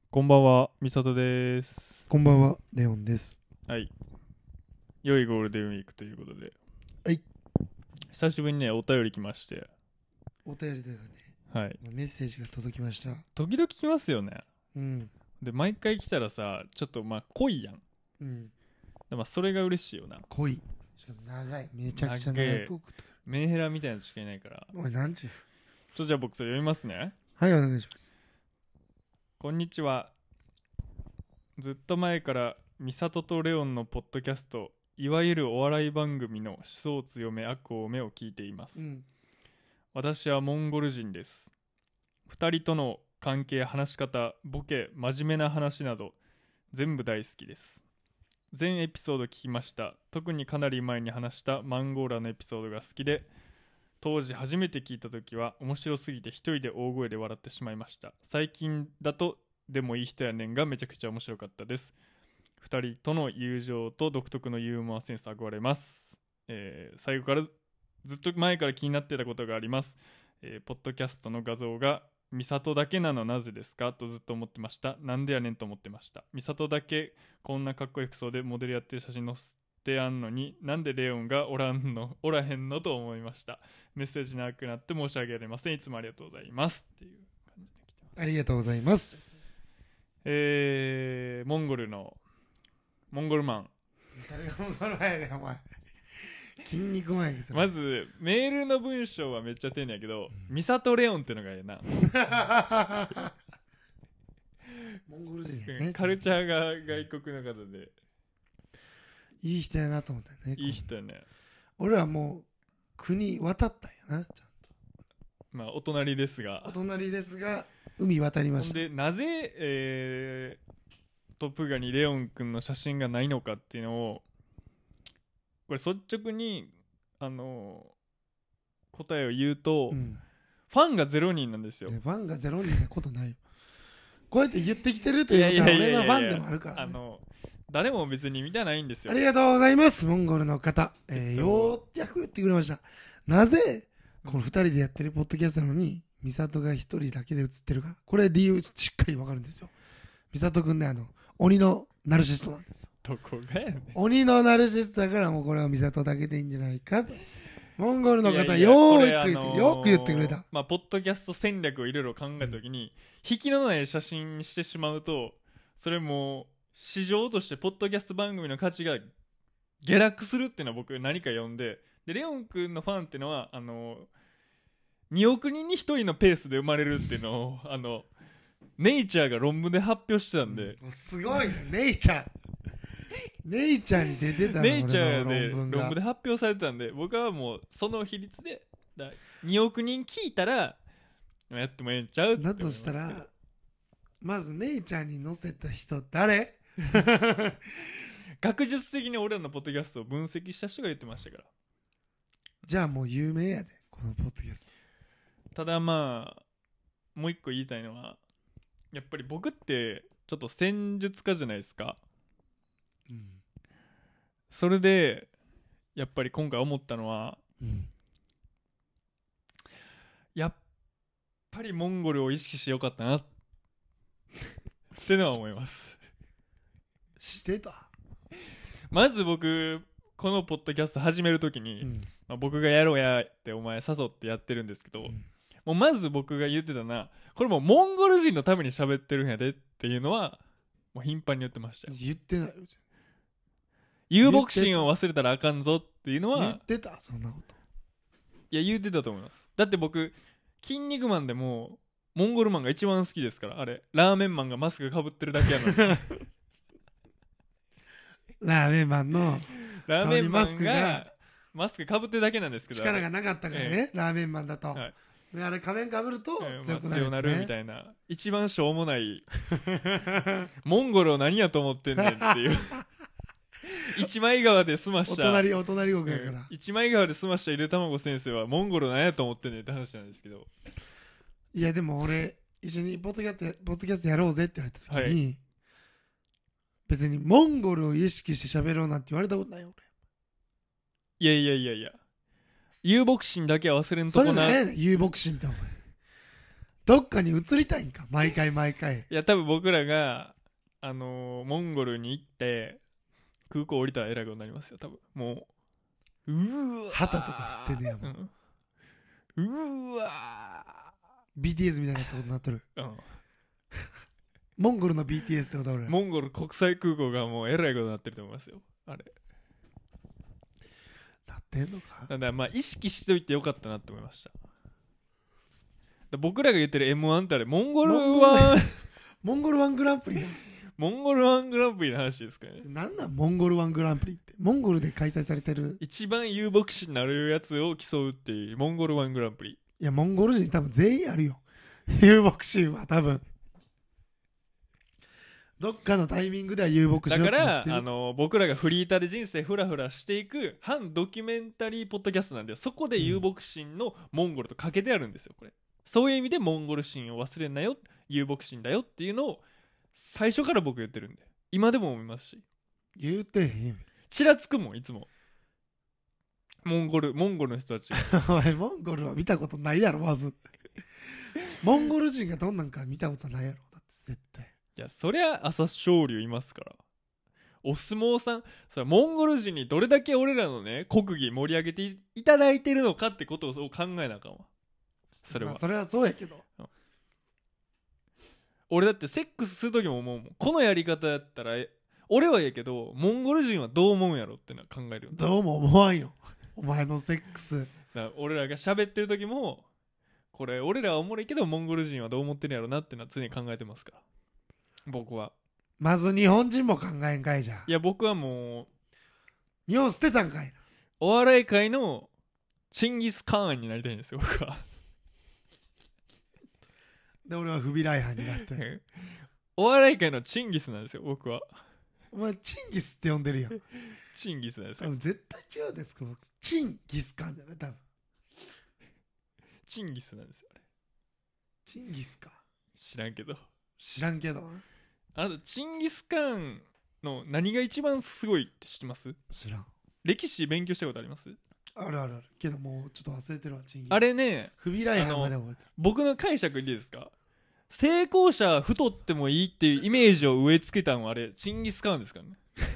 こんばんは、みさとです。 こんばんは、レオンです。 はい。良いゴールデンウィークということで。 はい。 久しぶりにね、お便り来まして。 お便りではね、 はい。 メッセージが届きました。 時々来ますよね。 うん。 で、毎回来たらさ、ちょっと濃いやん。 うん。 でそれが嬉しいよな。 濃い。ちょっと長い。めちゃくちゃ長い。 メンヘラみたいなやつしかいないから。 おい、なんちゅう。 じゃあ僕それ読みますね。 はい、お願いします。 こんにちは。ずっと前からミサトとレオンのポッドキャスト、いわゆるお笑い番組の思想強め悪をめを聞いています。私はモンゴル人です。2人との関係、話し方、ボケ、真面目な話など全部大好きです。全エピソード聞きました。特にかなり前に話したマンゴーラのエピソードが好きで、当時初めて聞いた時は面白すぎて一人で大声で笑ってしまいました。最近だとでもいい人やねんがめちゃくちゃ面白かったです。2人との友情と独特のユーモアセンス憧れます。最後からずっと前から気になってたことがあります。ポッドキャストの画像がミサトだけなのなぜですかとずっと思ってました。なんでやねんと思ってました。ミサトだけこんなかっこいい服装でモデルやってる写真載せてあんのに、なんでレオンがおらへんのと思いました。メッセージ長くなって申し訳ありません。いつもありがとうございますっていう感じで来てます。 ありがとうございます。 モンゴルのモンゴルマン。 誰がモンゴルマンやねん、お前。筋肉マンやけど。 まずメールの文章はめっちゃ丁寧やけど、ミサトレオンってのがええな。 モンゴル人やね。 カルチャーが外国の方でいい人やなと思ったよね。 いい人やね。 俺はもう国渡ったんやな、ちゃんと。 まあお隣ですが。 お隣ですが、海渡りました。 ほんでなぜ、トップガンにレオン君の写真がないのかっていうのを、これ率直に答えを言うと、ファンが0人なんですよ。 ファンが0人なことないよ。こうやって言ってきてるということは俺のファンでもあるから、ね、 誰も別に見たないんですよ。 ありがとうございます、モンゴルの方。ようやく言ってくれました。なぜこの2人でやってるポッドキャストなのに美里が1人だけで映ってるか、これ理由しっかり分かるんですよ。美里くんね、鬼のナルシストなんですよ。 どこがやねん。 鬼のナルシストだから、もうこれは美里だけでいいんじゃないかとモンゴルの方よく言ってくれた。 まあポッドキャスト戦略をいろいろ考えたときに、引きのない写真にしてしまうと、それも市場としてポッドキャスト番組の価値が下落するっていうのは僕何か読んで、レオン君のファンっていうのは2億人に1人のペースで生まれるっていうのをネイチャーが論文で発表してたんで、 すごいね、ネイチャーに出てたの。 ネイチャーで論文で発表されてたんで、僕はもうその比率で2億人聞いたらやってもええんちゃうってだとしたら、まずネイチャーに載せた人誰学術的に俺らのポッドキャストを分析した人が言ってましたから。 じゃあもう有名やで、このポッドキャスト。 ただまあもう一個言いたいのは、やっぱり僕ってちょっと戦術家じゃないですか。それでやっぱり今回思ったのは、やっぱりモンゴルを意識してよかったなってのは思います。 してた。 まず僕このポッドキャスト始めるときに、僕がやろうやってお前誘ってやってるんですけど、もうまず僕が言ってたな、これもうモンゴル人のために喋ってるんやでっていうのはもう頻繁に言ってましたよ。 言ってないよ。 遊牧心を忘れたらあかんぞっていうのは言ってた、そんなこと。 いや言ってたと思います。だって僕筋肉マンでもモンゴルマンが一番好きですから。あれラーメンマンがマスクかぶってるだけやのにラーメンマンのラーメンマンがマスクかぶってるだけなんですけど、 力がなかったからね、ラーメンマンだと、はい、であれ仮面かぶると強くなる、 強なるみたいな、一番しょうもないモンゴルを何やと思ってんねんっていう一枚川で済ましたお隣国やから、 一枚川で済ましたゆで卵先生はモンゴルを何やと思ってんねんって話なんですけど、 いやでも俺一緒にポッドキャストやろうぜって言われた時に、はい、別にモンゴルを意識して喋ろうなんて言われたことないよ俺。 いや遊牧心だけは忘れんとこな。 それ何やねん遊牧心ってお前。 どっかに移りたいんか毎回いや多分僕らがモンゴルに行って空港降りたらえらいことになりますよ多分。もうわ旗とか振ってんねやもん、 うわ BTS みたいなことになってる、 うん、 モンゴルの BTS ってこと俺モンゴル国際空港がもうえらいことになってると思いますよあれ。 なってんのか。 だからまあ意識しといてよかったなって思いました。僕らが言ってる M1 ってあれモンゴルワングランプリモンゴルワングランプリの話ですからね。 なんなんモンゴルワングランプリって。モンゴルで開催されてる一番有牧師になれるやつを競うっていうモンゴルワングランプリ。 いやモンゴル人多分全員あるよ遊牧神は多分どっかのタイミングでは遊牧しようだかってなってる。 ら僕らがフリーターで人生フラフラしていく反ドキュメンタリーポッドキャストなんで、そこで遊牧神のモンゴルとかけてあるんですよこれ。そういう意味でモンゴル神を忘れんなよ遊牧神だよっていうのを最初から僕言ってるんで、今でも思いますし。 言うてへんよちらつくもんいつもモンゴルの人たちお前モンゴルは見たことないやろまずモンゴル人がどんなんか見たことないやろだって絶対。 いやそりゃ朝青龍いますから。お相撲さんそれモンゴル人にどれだけ俺らのね国技盛り上げて いただいてるのかってことを考えなあかんわ。それは、 まあ、それはそうやけど、 俺だってセックスする時も思うもん。このやり方やったら俺はやけどモンゴル人はどう思うんやろってのは考えるよ。 どうも思わんよお前のセックス。 だから俺らが喋ってる時もこれ俺らはおもろいけどモンゴル人はどう思ってるやろなってのは常に考えてますから僕は。 まず日本人も考えんかいじゃん。 いや僕はもう日本捨てたんかいな。 お笑い界のチンギス・カーンになりたいんですよ僕はで俺は不備来犯になってお笑い界のチンギスなんですよ僕は。 お前チンギスって呼んでるよチンギスなんですよ。 多分絶対違うですけどチンギスカンじゃない多分。 チンギスなんですよあれ。 チンギスか知らんけど。 知らんけどあなたチンギス・カーンの何が一番すごいって知ってます？ 知らん。 歴史勉強したことあります？ あるあるあるけどもうちょっと忘れてるわチンギス。 あれね不備来犯まで覚えてる。 僕の解釈でいいですか？成功者は太ってもいいっていうイメージを植え付けたのはあれチンギス・カーンですからね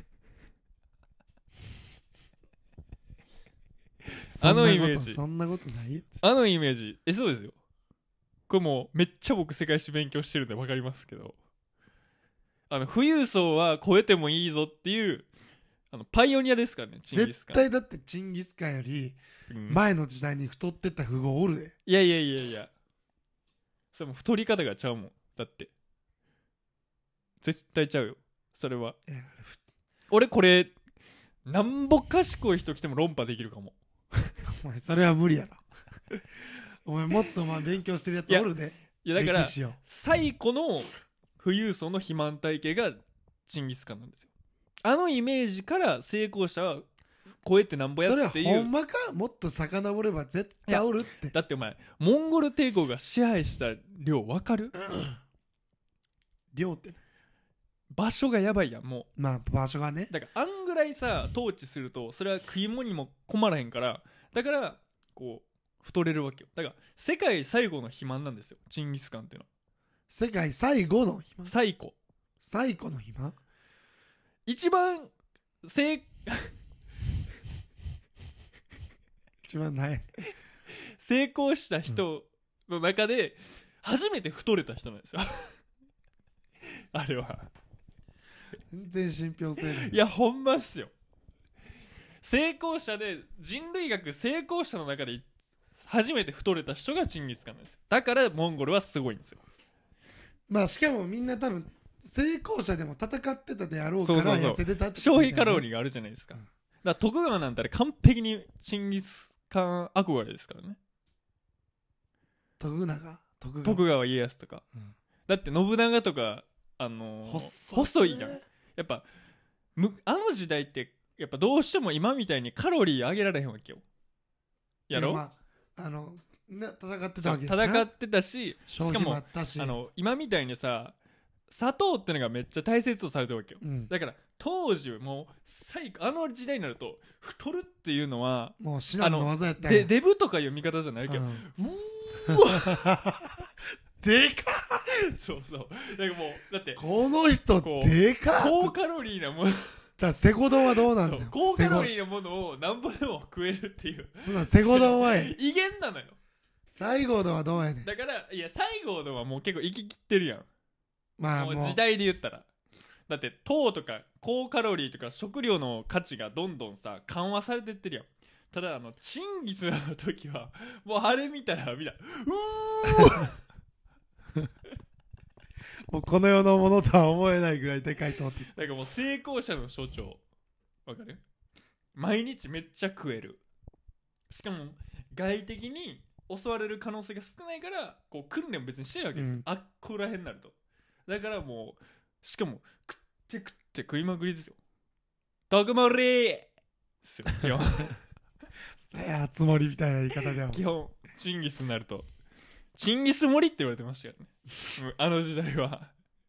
あのイメージそんなことないよ。 あのイメージそうですよ。これもうめっちゃ僕世界史勉強してるんで分かりますけど富裕層は超えてもいいぞっていうパイオニアですからねチンギスカン。 絶対だってチンギスカンより前の時代に太ってった富豪おるで。 いやそれも太り方がちゃうもんだって。絶対ちゃうよそれは。俺これなんぼ賢い人来ても論破できるかもお前それは無理やろお前もっと勉強してるやつおるで。 いやだから歴史を最古の富裕層の肥満体型がチンギスカンなんですよ。あのイメージから成功者は超えてなんぼやっていう。 それはほんまか。もっと遡れば絶対おるって。 だってお前モンゴル帝国が支配した量分かる？ 量って場所がやばいやんもう。 まあ場所がね。 だからあんぐらいさ統治するとそれは食い物にも困らへんから、だからこう太れるわけよ。だから世界最後の肥満なんですよチンギスカンっていうのは。 世界最後の肥満。 最古の肥満。 一番一番ない成功した人の中で初めて太れた人なんですよあれは全然信憑性ない。 いやほんまっすよ。成功者で人類学成功者の中で初めて太れた人がチンギスカンなんですよ。だからモンゴルはすごいんですよ。 まあしかもみんな多分成功者でも戦ってたであろうから痩せてたって、 消費カロリーがあるじゃないですか。だから徳川なんてあれ完璧にチンギスカン憧れですからね。 徳川家康とか、だって信長とか細いじゃん。やっぱあの時代ってやっぱどうしても今みたいにカロリー上げられへんわけよ。やろ、 戦ってたわけですね。戦ってたし、しかも今みたいにさ砂糖ってのがめっちゃ大切とされてるわけよ、だから当時もうあの時代になると太るっていうのはもう至難の技やったデブとかいう見方じゃないけど、うわでかそうそう。だからもうだってこの人でか高カロリーなものじゃあセゴ丼はどうなんだよ。 高カロリーなものを何ぼでも食えるっていうそんなセゴ丼は威厳なのよ。 西郷丼はどうやねん。 だからいや西郷丼はもう結構生き切ってるやん。 まあもうもう時代で言ったらだって糖とか高カロリーとか食料の価値がどんどんさ緩和されてってるやん。ただチンギスの時はもうあれ見たらみんなもうこの世のものとは思えないぐらいでかいと思ってなんかもう成功者の象徴わかる。毎日めっちゃ食える。しかも外敵に襲われる可能性が少ないからこう訓練も別にしてるわけですよ、あっこらへんになると。だからもうしかも食って食いまくりですよ。特盛りですよ基本つもりみたいな言い方でも基本チンギスになるとチンギス盛りって言われてましたからねあの時代は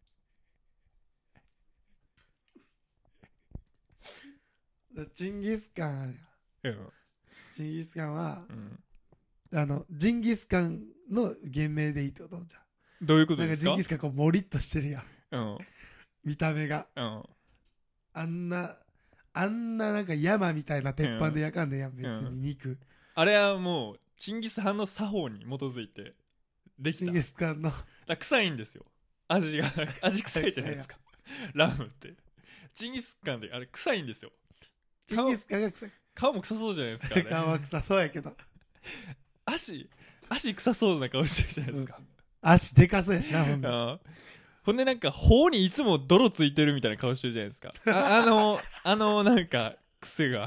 ジンギスカンあるよ、ジンギスカンは、ジンギスカンの原名でいいってことじゃん。 どういうことですか。 なんかジンギスカンこうモリッとしてるやん、見た目が、あんななんか山みたいな鉄板で焼かんでやん、別に肉、 あれはもうチンギス・ハンの作法に基づいてできた。 ジンギスカンのだ臭いんですよ味臭いじゃないですかラムってチンギスカンであれ臭いんですよ。 ジンギスカンが臭い。 顔も臭そうじゃないですか、ね、 顔は臭そうやけど足臭そうな顔してるじゃないですか、 足でかそうやしな。 ほんでなんか頬にいつも泥ついてるみたいな顔してるじゃないですかなんか癖が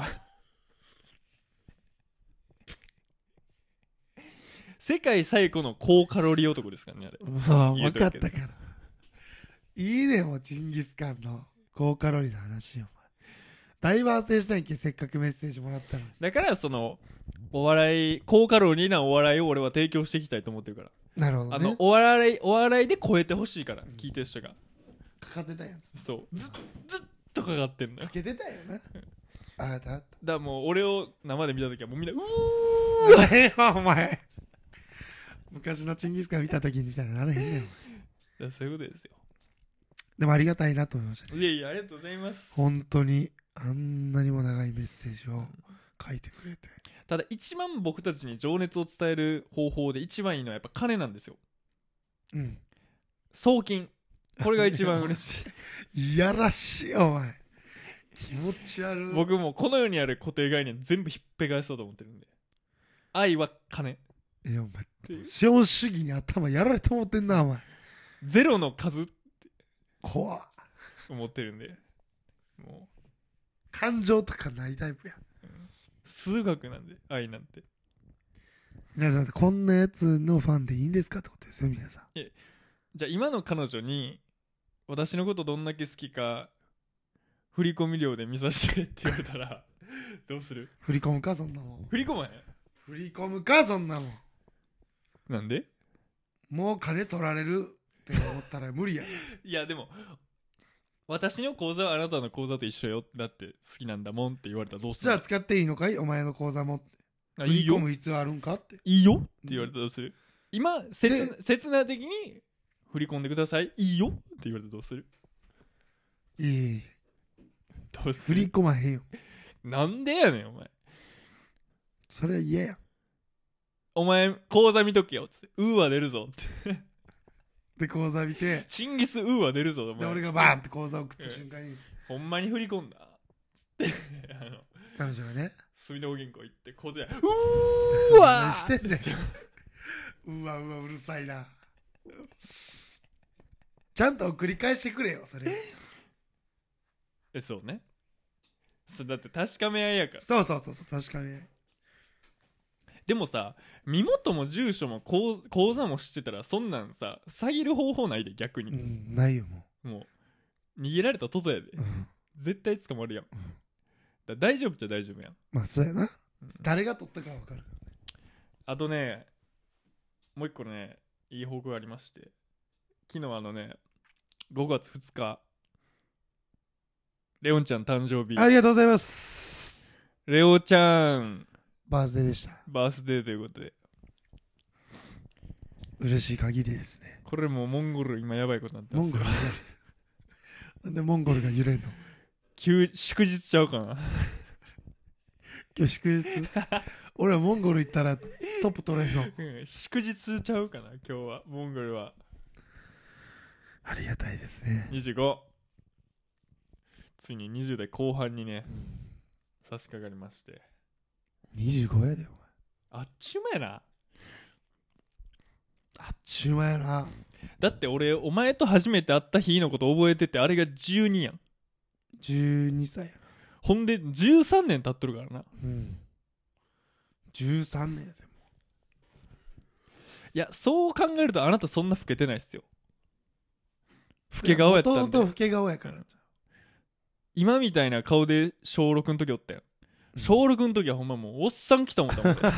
世界最古の高カロリー男ですからねあれ。 分かったからいいね。もうジンギスカンの高カロリーの話よ。だいぶ反省したんやんけ、せっかくメッセージもらったのに。 だからお笑い高カロリーなお笑いを俺は提供していきたいと思ってるから。 なるほどね。 お笑いで超えてほしいから、聞いてる人がかかってたやつ。 そうずっとかかってんのよ。 かけてたよな。だからもう俺を生で見た時はもうみんなお前昔のチンギスカン見た時にみたいなのなれへんねん。 だそういうことですよ。 でもありがたいなと思いましたね。 いやありがとうございます。 本当にあんなにも長いメッセージを書いてくれて。 ただ一番僕たちに情熱を伝える方法で一番いいのはやっぱ金なんですよ。送金、これが一番嬉しいいやらしいお前、気持ち悪い。 僕もこの世にある固定概念全部ひっぺ返そうと思ってるんで、愛は金。 いやお前資本主義に頭やられて思ってんなお前。 ゼロの数って怖っ思ってるんで、もう感情とかないタイプや。 数学なんで愛なんて。 皆さんこんなやつのファンでいいんですかってことですよ皆さん。 じゃあ今の彼女に私のことどんだけ好きか振り込み料で見させてって言われたらどうする。 振り込むかそんなもん。 振り込まへん。 振り込むかそんなもん。 なんで。 もう金取られるって思ったら無理や。 いやでも私の口座はあなたの口座と一緒よ、だって好きなんだもんって言われたらどうする。 じゃあ使っていいのかいお前の口座も。 あいいよ、 振り込む必要あるんかって。 いいよって言われたらどうする。今刹那的に振り込んでください、いいよって言われたらどうする。 いいどうする。 振り込まへんよ。 なんでやねんお前。 それは嫌や。 お前口座見とけよっつって、ウーは出るぞってで口座見てチンギスウーは出るぞお前。 で俺がバーンって口座送った瞬間に、 ほんまに振り込んだって彼女がね住友銀行行って口座やうわしてんねん。うわうるさいな。ちゃんと繰り返してくれよそれ。 そうね。だって確かめ合いやから。 そう確かに。 でもさ、身元も住所も口座も知ってたらそんなんさ詐欺る方法ないで逆に、 ないよもう逃げられたととやで、絶対捕まるやん、だ大丈夫っちゃ大丈夫やん。 まあそうやな、誰が取ったか分かる。 あとねもう一個ねいい報告がありまして、昨日5月2日レオンちゃん誕生日。 ありがとうございます。 レオちゃんバースデーでした。 バースデーということで嬉しい限りですね。 これもうモンゴル今やばいことになってますよ。 なんでモンゴルが揺れんの？ 祝日ちゃうかな。 今日祝日俺はモンゴル行ったらトップ取れんの？ 祝日ちゃうかな今日はモンゴルは。 ありがたいですね。 25。ついに20代後半にね、差し掛かりまして。 25やでよ。 あっちゅう間やな。 あっちゅう間やな。 だって俺お前と初めて会った日のこと覚えてて、あれが12やん。 12歳やな。 ほんで13年経っとるからな。 13年やでも。 いや、そう考えるとあなたそんな老けてないっすよ。老け顔やったんで。 もともと老け顔やから。 今みたいな顔で小6の時おったやん。小6の時はほんまもうおっさん来たもんだもん。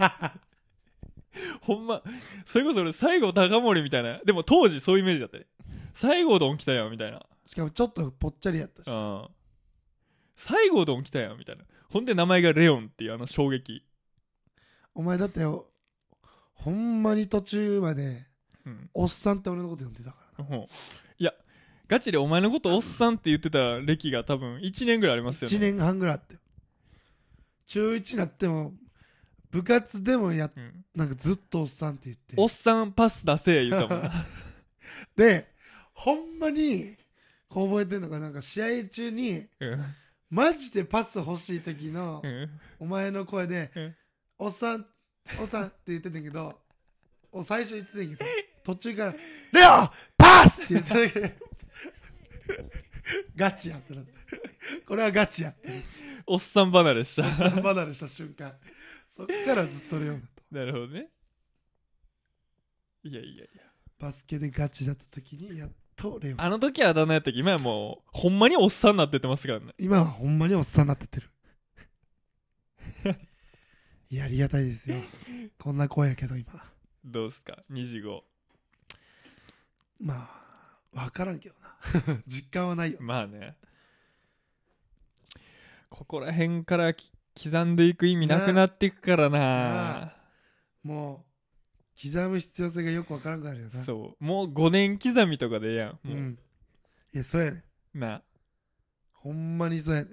ほんま、それこそ俺西郷隆盛みたいな。でも当時そういうイメージだったね。西郷どん来たやんみたいな。 しかもちょっとぽっちゃりやったし。 西郷どん来たやんみたいな。ほんで名前がレオンっていう衝撃。 お前だってほんまに途中まで、おっさんって俺のこと呼んでたからな。 いやガチでお前のことおっさんって言ってた歴が多分1年ぐらいありますよね。 1年半ぐらいあって中1になっても部活でもなんかずっとおっさんって言っておっさんパス出せ言うたもんな。 でほんまにこう覚えてんのかなんか試合中に、マジでパス欲しい時の、お前の声で、おっさんって言ってたけど最初言ってたけど途中からレオパスって言ってたけどガチやってなってこれはガチやっておっさん離れした。 おっさん離れした瞬間そっからずっとレオンだと。 なるほどね。いやバスケでガチだった時にやっとレオン。 あの時はあだ名やったけど今はもうほんまにおっさんになってってますからね。 今はほんまにおっさんになってってる。いやありがたいですよ。こんな声やけど今どうすか25。 まあ分からんけどな。実感はないよ。 まあね、ここら辺から刻んでいく意味なくなっていくからな。 もう刻む必要性がよく分からんくなるよな。 そうもう5年刻みとかでええやんもう、 いやそうやねな。 ほんまにそうやね。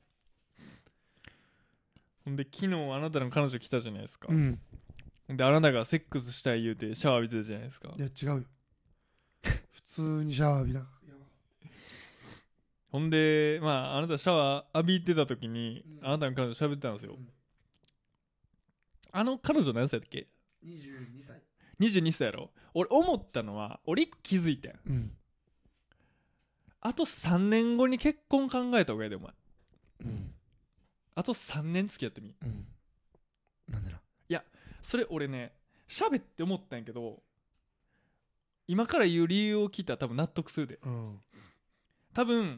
ほんで昨日あなたの彼女来たじゃないですか。 であなたがセックスしたい言うてシャワー浴びてたじゃないですか。 いや違うよ。普通にシャワー浴びた。 ほんであなたシャワー浴びてた時に、あなたの彼女喋ってたんですよ。あの彼女何歳だっけ ？22歳。 22歳やろ。俺思ったのは俺一個気づいたやん。 あと3年後に結婚考えた方がいいでお前。あと3年付き合ってみ。 なんでな。 いやそれ俺ね喋って思ったんやけど、今から言う理由を聞いたら多分納得するで。多分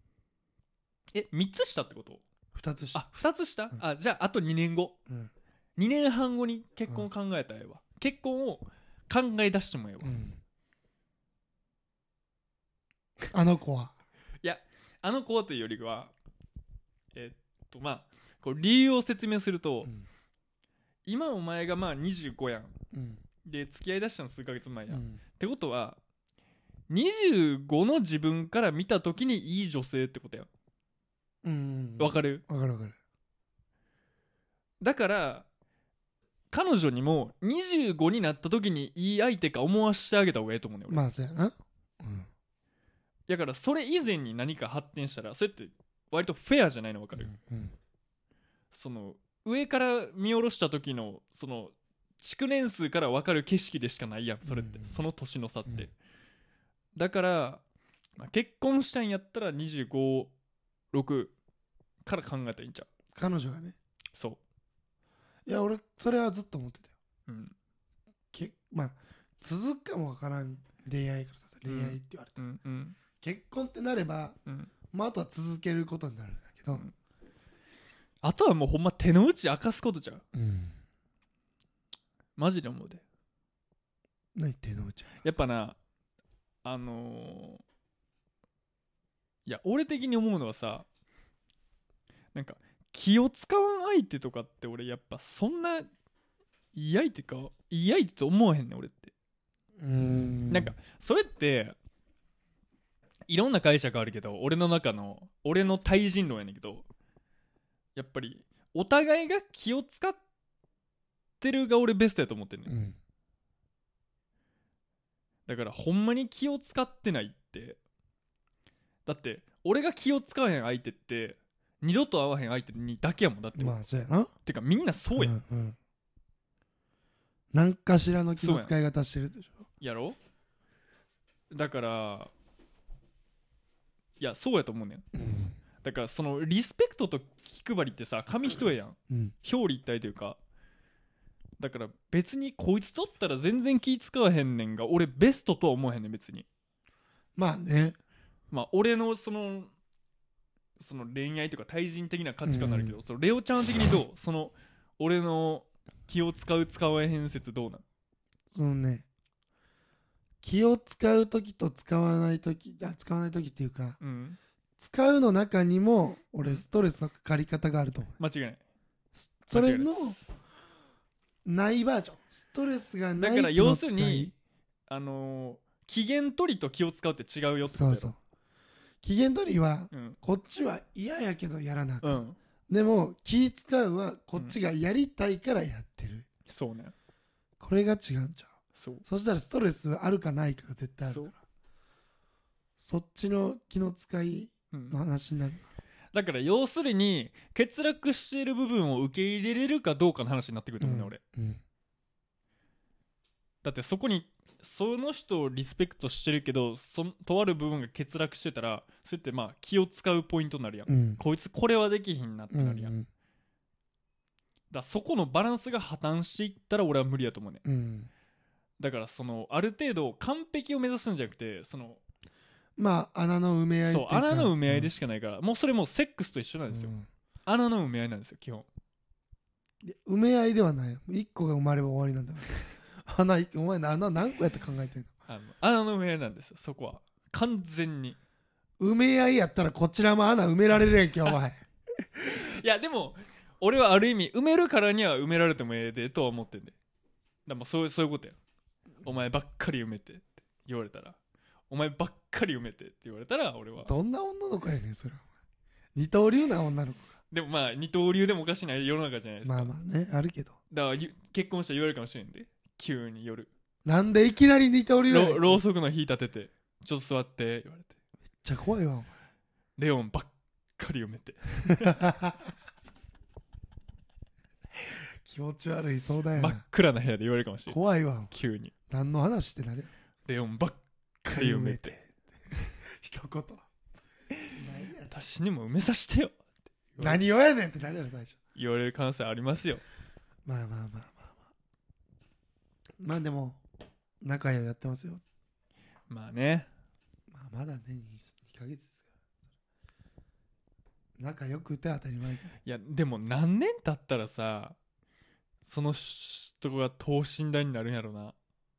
3つ下ってこと？ 2つ下。 2つ下、じゃああと2年後、2年半後に結婚を考えたらええわ。結婚を考え出してもええわ。 あの子は？ いやあの子はというよりはこう理由を説明すると、今お前が25やん、で付き合いだしたの数ヶ月前やん、ってことは25の自分から見た時にいい女性ってことやん。わかる？ わかるわかる。 だから彼女にも25になった時にいい相手か思わしてあげた方がいいと思うね。 まあそうやな。 だからそれ以前に何か発展したらそれって割とフェアじゃないの。わかる？その上から見下ろした時のその築年数から分かる景色でしかないやんそれって、その年の差って、だから、結婚したんやったら25、6から考えたらいいんちゃう？ 彼女がね。 そう。 いや俺それはずっと思ってたよ。続くかもわからん恋愛からさ、恋愛って言われて、結婚ってなれば、あとは続けることになるんだけど、 あとはもうほんま手の内明かすことちゃう。マジで思うで。 何手の内？ やっぱな、いや俺的に思うのはさ、なんか気を使わん相手とかって俺やっぱそんないい相手かいい相手と思わへんねん俺って。 なんかそれっていろんな解釈あるけど、俺の対人論やねんけど、やっぱりお互いが気を使ってるが俺ベストやと思ってんねん、だからほんまに気を使ってないって、だって俺が気を使わへん相手って二度と会わへん相手にだけやもん。だってまあそうやな。 てかみんなそうや、 何かしらの気の使い方してるでしょ。 やろ。だからいやそうやと思うねん、だからそのリスペクトと気配りってさ紙一重やん、表裏一体というか、だから別にこいつとったら全然気使わへんねんが俺ベストとは思わへんねん別に。 まあね、 まあ俺のその恋愛とか対人的な価値観になるけど、そのレオちゃん的にどうその俺の気を使う使わへん説どうなん？ そのね、気を使う時と使わない時っていうか、使うの中にも俺ストレスのかかり方があると思う。 間違いない。 それのないバージョン、ストレスがない。 だから要するに機嫌取りと気を使うって違うよってことやろ。 そう機嫌取りは、こっちは嫌やけどやらなく、でも気使うはこっちがやりたいからやってる、 そうね。 これが違うんちゃう。そしたらストレスあるかないかが絶対あるから、そっちの気の使いの話になる、 だから要するに欠落している部分を受け入れれるかどうかの話になってくると思うね、俺、だってそこにその人をリスペクトしてるけどとある部分が欠落してたらそうやってまあ気を使うポイントになるやん、こいつこれはできひんなってなるやん、だそこのバランスが破綻していったら俺は無理やと思うね、だからある程度完璧を目指すんじゃなくてまあ穴の埋め合いっていうか、 穴の埋め合いでしかないから、もうそれもセックスと一緒なんですよ、穴の埋め合いなんですよ基本。 埋め合いではない、1個が生まれば終わりなんだからお前穴何個やって考えてんの。 穴の埋め合いなんですよ、そこは完全に。 埋め合いやったらこちらも穴埋められるやんけお前いやでも俺はある意味埋めるからには埋められてもええでとは思ってんで、だもうそういうことや。お前ばっかり埋めてって言われたら、お前ばっかり埋めてって言われたら俺はどんな女の子やねんそれ。二刀流な女の子か。 でもまあ二刀流でもおかしない世の中じゃないですか。 まあまあね、あるけど、 だから結婚したら言われるかもしれんで、急に夜なんでいきなり二刀流やねん。 ろうそくの火立ててちょっと座って言われて、 めっちゃ怖いわお前。 レオンばっかり埋めて気持ち悪い相談やな。 真っ暗な部屋で言われるかもしれん。 怖いわ急に何の話ってなる。 レオンばっかり埋めて一言私にも埋めさせてよ何をやねんってなるやろ最初。 言われる可能性ありますよ。 まあまあでも仲良いやってますよ。 まあね、 まだね 2ヶ月ですから仲良くて当たり前。 いやでも何年経ったらさその人が等身大になるんやろな。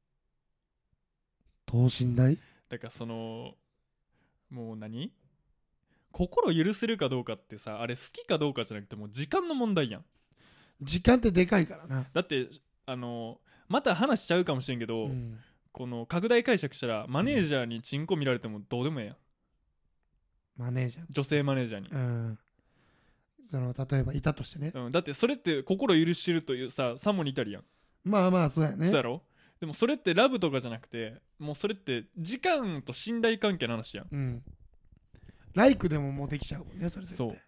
等身大だからもう何心許せるかどうかってさ、あれ好きかどうかじゃなくてもう時間の問題やん。 時間ってでかいからな。 だってまた話しちゃうかもしれんけど、この拡大解釈したらマネージャーにチンコ見られてもどうでもええやん。 マネージャー、 女性マネージャーに、 例えばいたとしてね、 だってそれって心許してるというささも似たりやん。 まあそうやね。 そうやろ。でもそれってラブとかじゃなくてもうそれって時間と信頼関係の話やん、 ライクでももうできちゃうもんねそれ絶対。 そう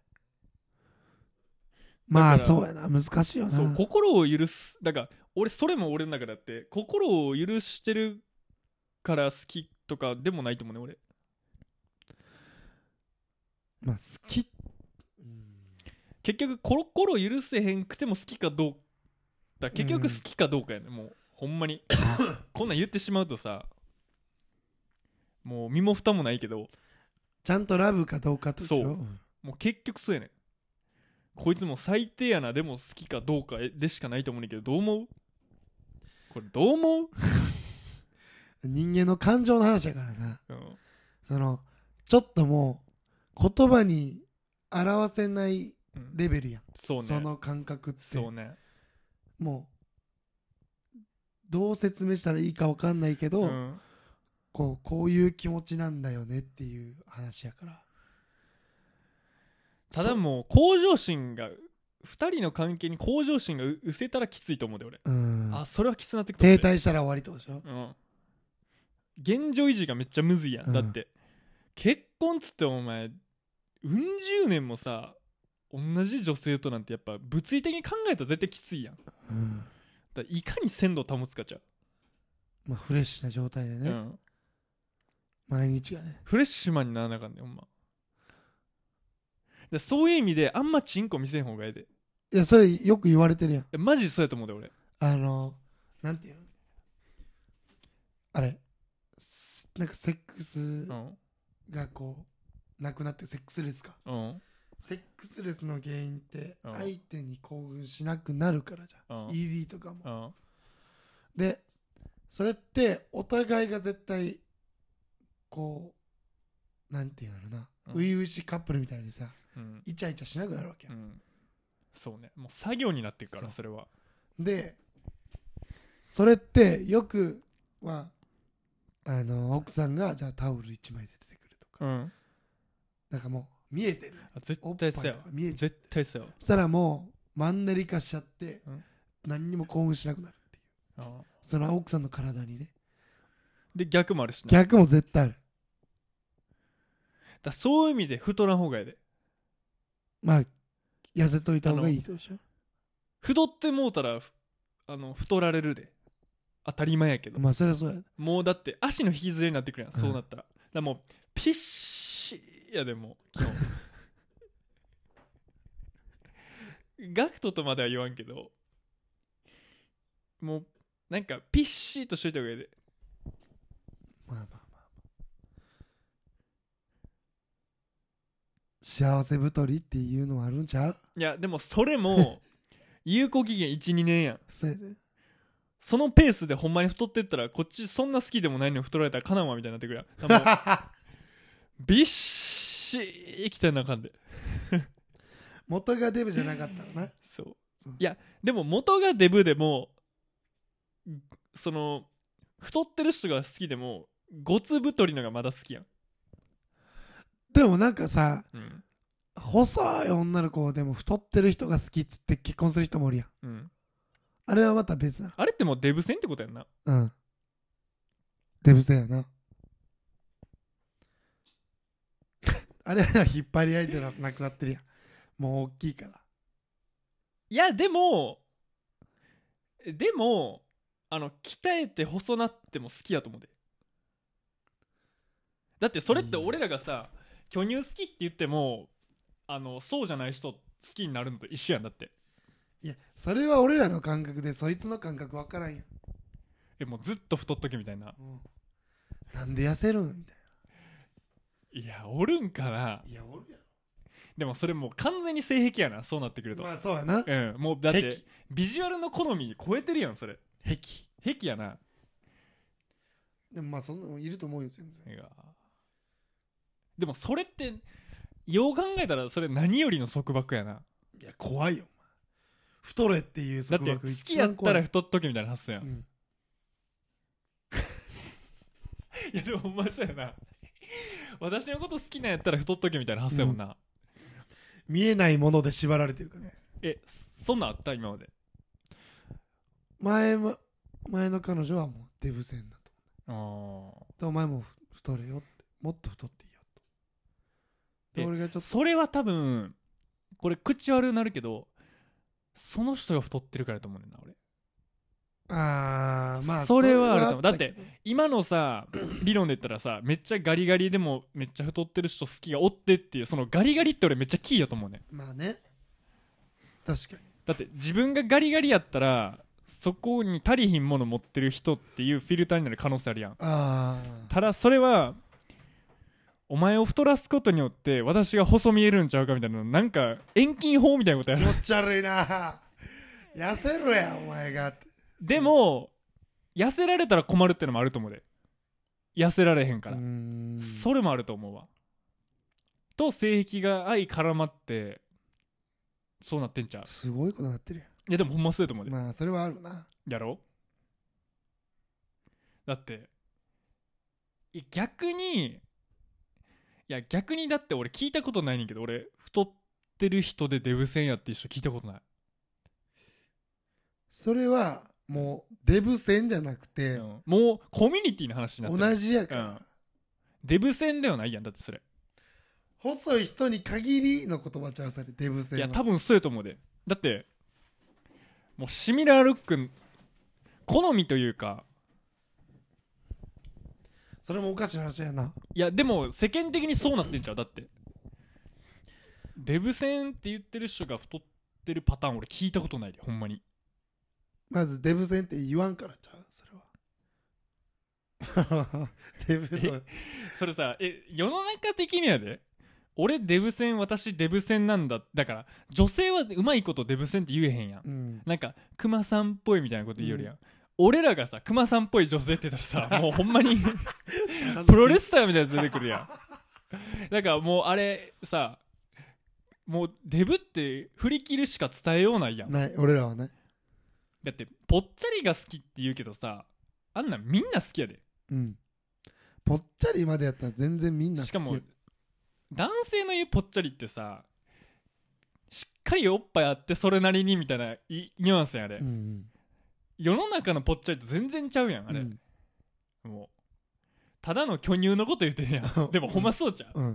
まあそうやな、難しいよな。 そう心を許す。だからそれも俺の中であって心を許してるから好きとかでもないと思うね俺。 まあ好き、 結局心を許せへんくても好きかどうだ、結局好きかどうかやね、もうほんまにこんなん言ってしまうとさもう身も蓋もないけどちゃんとラブかどうかと。 そう、もう結局そうやねん。こいつも最低やなでも好きかどうかでしかないと思うねんけど、どう思うこれどう思う人間の感情の話やからな、ちょっともう言葉に表せないレベルやん、 そうね、 その感覚って。 そうね、 もうどう説明したらいいか分かんないけど、こういう気持ちなんだよねっていう話やから。 ただもう向上心が2人の関係に向上心が失せたらきついと思うで俺。それはきつなってくる。 停滞したら終わりってことでしょ。 現状維持がめっちゃむずいやん。だって結婚っつってお前十年もさ同じ女性となんてやっぱ物理的に考えたら絶対きついやん。だいかに鮮度を保つかちゃう。 フレッシュな状態でね、毎日がねフレッシュマンにならなあかんねんほんま。でそういう意味であんまチンコ見せん方がええで。 いやそれよく言われてるやん。 マジそうやと思うで俺。 なんていうのあれなんかセックスがこうなくなってセックスレスか、セックスレスの原因って相手に興奮しなくなるからじゃん、ED とかも、でそれってお互いが絶対こうなんていうのな、初々しいカップルみたいにさ、イチャイチャしなくなるわけや、 そうね、もう作業になってるからそれは。でそれってよくは奥さんがじゃあタオル1枚で出てくるとか、なんかもう見えてる、 絶対そうや、絶対そうや。 そしたらもうマンネリ化しちゃって、何にも興奮しなくなるっていう、その奥さんの体にね。 で逆もあるしね。 逆も絶対ある。 だそういう意味で太らん方がいいで。 まあ痩せといた方がいいでしょ。 太ってもうたら太られるで当たり前やけど、 まあそれはそうや。 もうだって足の引きずりになってくるやん、そうなったら。だもうピッシーやでも基本ガクトとまでは言わんけど、もうなんかピッシーとしといた方がいいで。 まあまあまあ幸せ太りっていうのはあるんちゃう？ いやでもそれも有効期限 1,2 年やん。 そうやで。 そのペースでほんまに太ってったらこっちそんな好きでもないのに太られたらかなんわみたいになってくるやん。ビッシーきたらなあかんで。 元がデブじゃなかったらな。 そう。いやでも元がデブでもその太ってる人が好きでもゴツ太りのがまだ好きやん。 でもなんかさ、細い女の子でも太ってる人が好きっつって結婚する人もおるやん、あれはまた別な。 あれってもうデブ戦ってことやんな。 デブ戦やな。あれは引っ張り合いでなくなってるやん、もう大きいから。 いやでも鍛えて細なっても好きやと思うで。だってそれって俺らがさ、巨乳好きって言ってもそうじゃない人好きになるのと一緒やん。だっていやそれは俺らの感覚でそいつの感覚分からんやん。 もうずっと太っとけみたいな、 なんで痩せるんみたいな。いやおるんかな。 いやおるやろ。 でもそれもう完全に性癖やな、そうなってくると。 まあそうやな。 もうだってビジュアルの好み超えてるやんそれ。癖やな。 でもまあそんなのいると思うよ全然。 でもそれってよう考えたらそれ何よりの束縛やな。 いや怖いよ太れっていう束縛。 だって好きやったら太っとけみたいな発想やん、いやでもほんまそうやな。私のこと好きなんやったら太っとけみたいな発想やもんな、 見えないもので縛られてるからね。 そんなんあった今まで。 前の彼女はもうデブ戦だと。 でお前も太れよって、もっと太っていいよと。で俺がちょっとそれは多分これ口悪くなるけどその人が太ってるからと思うねんな俺。 まあそれはあると思う。だって今のさ理論で言ったらさ、めっちゃガリガリでもめっちゃ太ってる人好きがおってっていう、そのガリガリって俺めっちゃキーやと思うね。 まあね、確かに。 だって自分がガリガリやったらそこに足りひんもの持ってる人っていうフィルターになる可能性あるやん。ただそれはお前を太らすことによって私が細見えるんちゃうかみたいな、なんか遠近法みたいなことやる。 気持ち悪いな。痩せろやお前がって。 でも痩せられたら困るってのもあると思うで。痩せられへんから。それもあると思うわ。と性癖が相絡まってそうなってんちゃう。 すごいことなってるやん。 いやでもほんまそうやと思うで。 まあそれはあるな。 やろだって逆にだって俺聞いたことないねんけど、俺太ってる人でデブ戦やっていう人聞いたことない。 それはもうデブ戦じゃなくて、 もうコミュニティの話になってる。 同じやから、 デブ戦ではないやん。だってそれ細い人に限りの言葉ちゃう、それデブ戦は。 いや多分そうやと思うで。だってもうシミラールック好みというか、 それもおかしな話やな。 いやでも世間的にそうなってんちゃう。だってデブ戦って言ってる人が太ってるパターン俺聞いたことないで、ほんまに。 まずデブ戦って言わんからちゃう、それは。デブのそれさ、世の中的にはで、俺デブ戦、私デブ戦なんだ。だから女性はうまいことデブ戦って言えへんやん、 うん、 なんかクマさんっぽいみたいなこと言うよりやん、俺らがさクマさんっぽい女性って言ったらさもうほんまにプロレスラーみたいなやつ出てくるやん。だからもうあれさ、もうデブって振り切るしか伝えようないやん。 ない、俺らはね。 だってぽっちゃりが好きって言うけどさ、あんなんみんな好きやで。 うん、ぽっちゃりまでやったら全然みんな好き。 しかも男性の言うぽっちゃりってさ、しっかりおっぱいあってそれなりにみたいなニュアンスやあれ、 うんうん、 世の中のぽっちゃりと全然ちゃうやんあれ、 うん、 もうただの巨乳のこと言ってんやんでもほんまそうちゃう、 うん、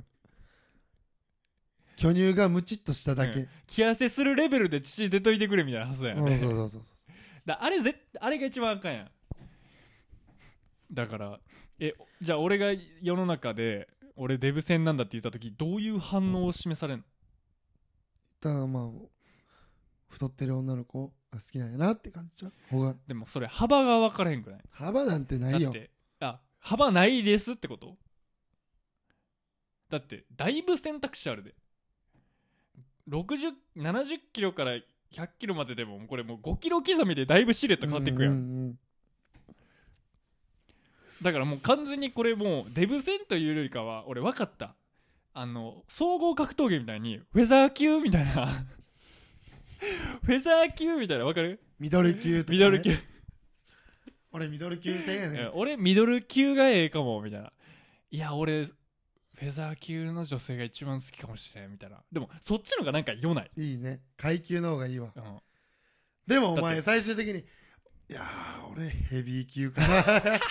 巨乳がムチっとしただけ、 気痩せするレベルで乳出といてくれみたいなはずやん、ね、 そうそうそうそう。 だあれが一番あかんやん。だからじゃあ俺が世の中で俺デブ戦なんだって言った時どういう反応を示されんの？ だからまあ太ってる女の子が好きなんやなって感じちゃう。 でもそれ幅が分からへんくない？ 幅なんてないよ。 だって幅ないですってこと？だってだいぶ選択肢あるで。60、70キロから100キロまででもこれもう5キロ刻みでだいぶシルエット変わっていくやん、 うんうんうん、 だからもう完全にこれもうデブ戦というよりかは俺分かった、総合格闘技みたいにフェザー級みたいなフェザー級みたいな、分かる？ ミドル級とか、ね、 ミドル級俺ミドル級戦やねん。 俺ミドル級がええかもみたいな。いや俺フェザー級の女性が一番好きかもしれんみたいな。でもそっちのがなんかよない。 いいね、階級の方がいいわ、 うん、 でもお前最終的にいやー俺ヘビー級かな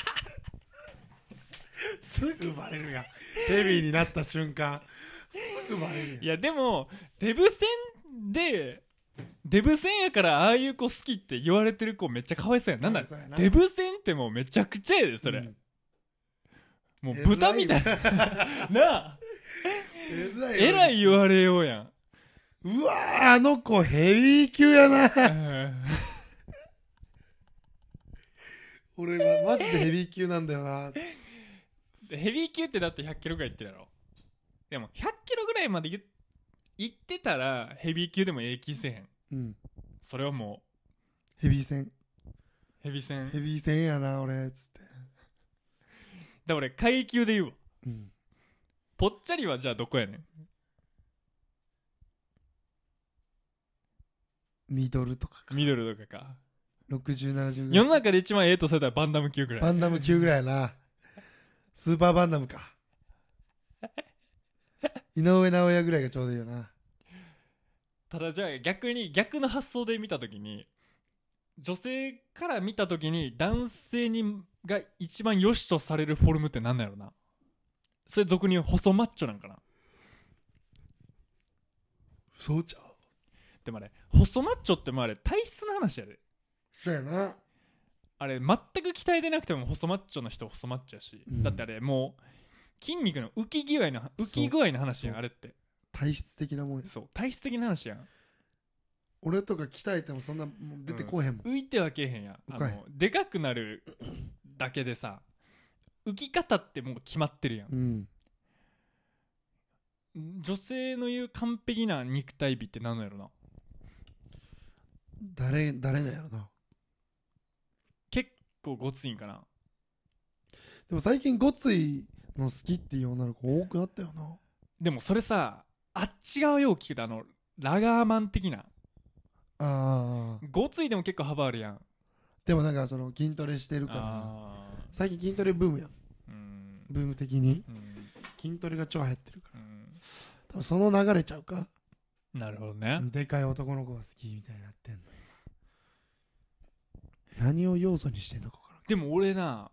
すぐバレるやん、ヘビーになった瞬間すぐバレるやん。 いやでもデブ戦やからああいう子好きって言われてる子めっちゃかわいそうやん。なんだデブ戦ってもうめちゃくちゃやでそれ、もう豚みたいななあえらい言われようやん。 うわーあの子ヘビー級やな俺はマジでヘビー級なんだよなヘビー級ってだって100キロぐらいいってるやろ。でも100キロぐらいまでいってたらヘビー級でも気せへん、 うん、 それはもうヘビー戦やな俺つって。 だから俺階級で言うわ、 うん、 ぽっちゃりはじゃあどこやねん？ ミドルとかか、 ミドルとかか。 60、70ぐらい。 世の中で一番とされたらバンダム級ぐらい。 バンダム級ぐらいやなスーパーバンダムか井上尚弥ぐらいがちょうどいいよな。 ただじゃあ逆の発想で見たときに、女性から見たときに男性が一番良しとされるフォルムって何なんやろな。それ俗に言う細マッチョなんかな。 そうちゃう。 でもあれ細マッチョってもあれ体質の話やで。 そうやな。 あれ全く鍛えてなくても細マッチョの人細マッチョやし、だってあれもう筋肉の浮き具合の話やんあれって。 体質的なもんや。 そう体質的な話やん。 俺とか鍛えてもそんなもん出てこへんもん、 浮いてはけえへんやん。でかくなるだけでさ浮き方ってもう決まってるやん、 うん、 女性の言う完璧な肉体美って何のやろな。 誰なんやろな。 結構ごついんかな。 でも最近ごついの好きっていう女の子多くなったよな。 でもそれさあっち側よう聞くとラガーマン的な。ごついでも結構幅あるやん。 でもなんかその筋トレしてるから最近筋トレブームやん、ブーム的に、筋トレが超流行ってるから、多分その流れちゃうか。 なるほどね。 でかい男の子が好きみたいになってんの。何を要素にしてんのか分からん。 でも俺な、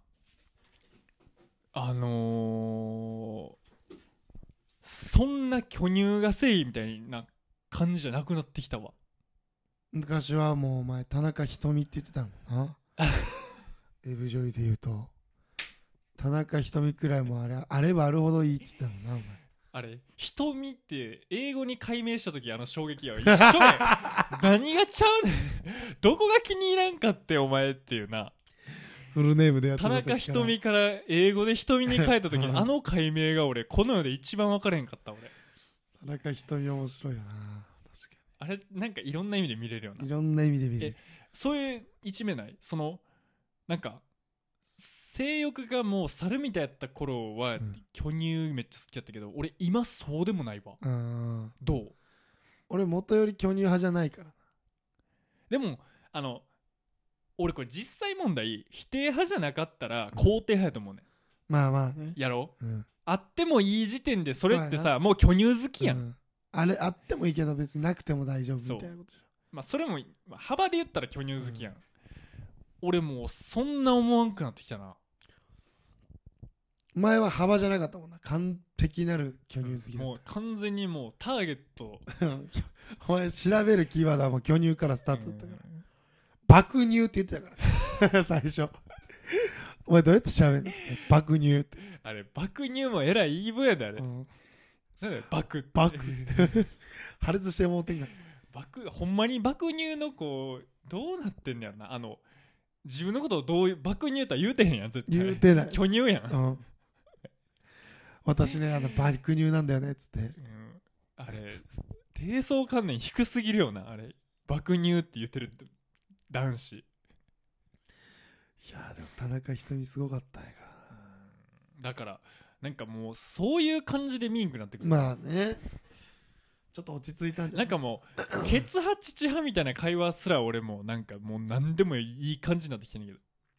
そんな巨乳がせいみたいな感じじゃなくなってきたわ。 昔はもうお前田中瞳って言ってたもんなエブジョイで言うと田中瞳くらいもあればあるほどいいって言ってたもんなお前。 あれ瞳って英語に改名した時衝撃やわ。一緒や何がちゃうねんどこが気に入らんかってお前っていうな。 フルネームでやって田中瞳から英語で瞳に変えた時に改名が俺この世で一番分からへんかった俺。 田中瞳面白いよな。確かにあれなんかいろんな意味で見れるよな。 いろんな意味で見れる。 そういう一面ない？なんか性欲がもう猿みたいやった頃は、巨乳めっちゃ好きやったけど俺今そうでもないわ。どう？ 俺元より巨乳派じゃないからな。 でも俺これ実際問題否定派じゃなかったら肯定派やと思うね。 まあまあね。 やろ、あってもいい時点でそれってさもう巨乳好きやん、 あれあってもいいけど別になくても大丈夫みたいなことじゃん。 まあそれも幅で言ったら巨乳好きやん、俺もうそんな思わんくなってきたな。 前は幅じゃなかったもんな。完璧なる巨乳好きだった、 もう完全にもうターゲットお前調べるキーワードはもう巨乳からスタートだったから、爆乳って言ってたから最初お前どうやって調べるの爆乳って。 あれ爆乳もえらい言い分やであれ、なんだ爆って破裂してもうてんがほんまに爆乳の子どうなってんのやろな。自分のことをどういう爆乳とは言うてへんやん絶対。 言うてない。 巨乳やん、 私ね爆乳なんだよねっつって、 あれ低層観念低すぎるよな。あれ爆乳って言ってる男子。いやでも田中瞳すごかったんやからな。だからなんかもうそういう感じで見んくなってくる。 まあねちょっと落ち着いたんじゃない。 なんかもうケツ派父派みたいな会話すら俺もなんかもう何でもいい感じになってきてんねんけど、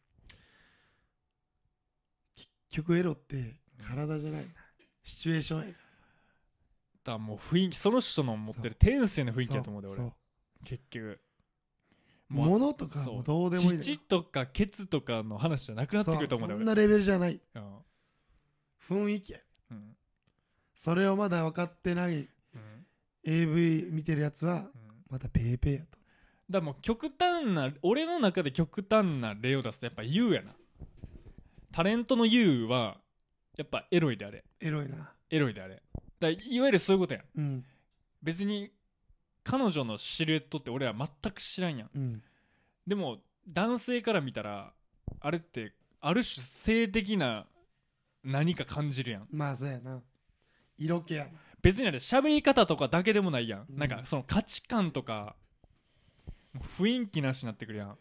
結局エロって体じゃないな、シチュエーションやから。 だからもう雰囲気、その人の持ってる天性の雰囲気やと思うで俺。結局物とかもどうでもいい。 父とかケツとかの話じゃなくなってくると思うで俺。 そんなレベルじゃない、雰囲気や、それをまだ分かってない、AV 見てるやつはまたペーペーやと。 だからもう極端な、俺の中で極端な例を出すとやっぱ YOU やな。タレントの YOU はやっぱエロいであれ。 エロいな。 エロいであれ。だいわゆるそういうことやん、 別に彼女のシルエットって俺は全く知らんやん、でも男性から見たらあれってある種性的な何か感じるやん。 まあそうやな、色気やな。 別にあれ喋り方とかだけでもないやん、なんかその価値観とか雰囲気なしになってくるやん。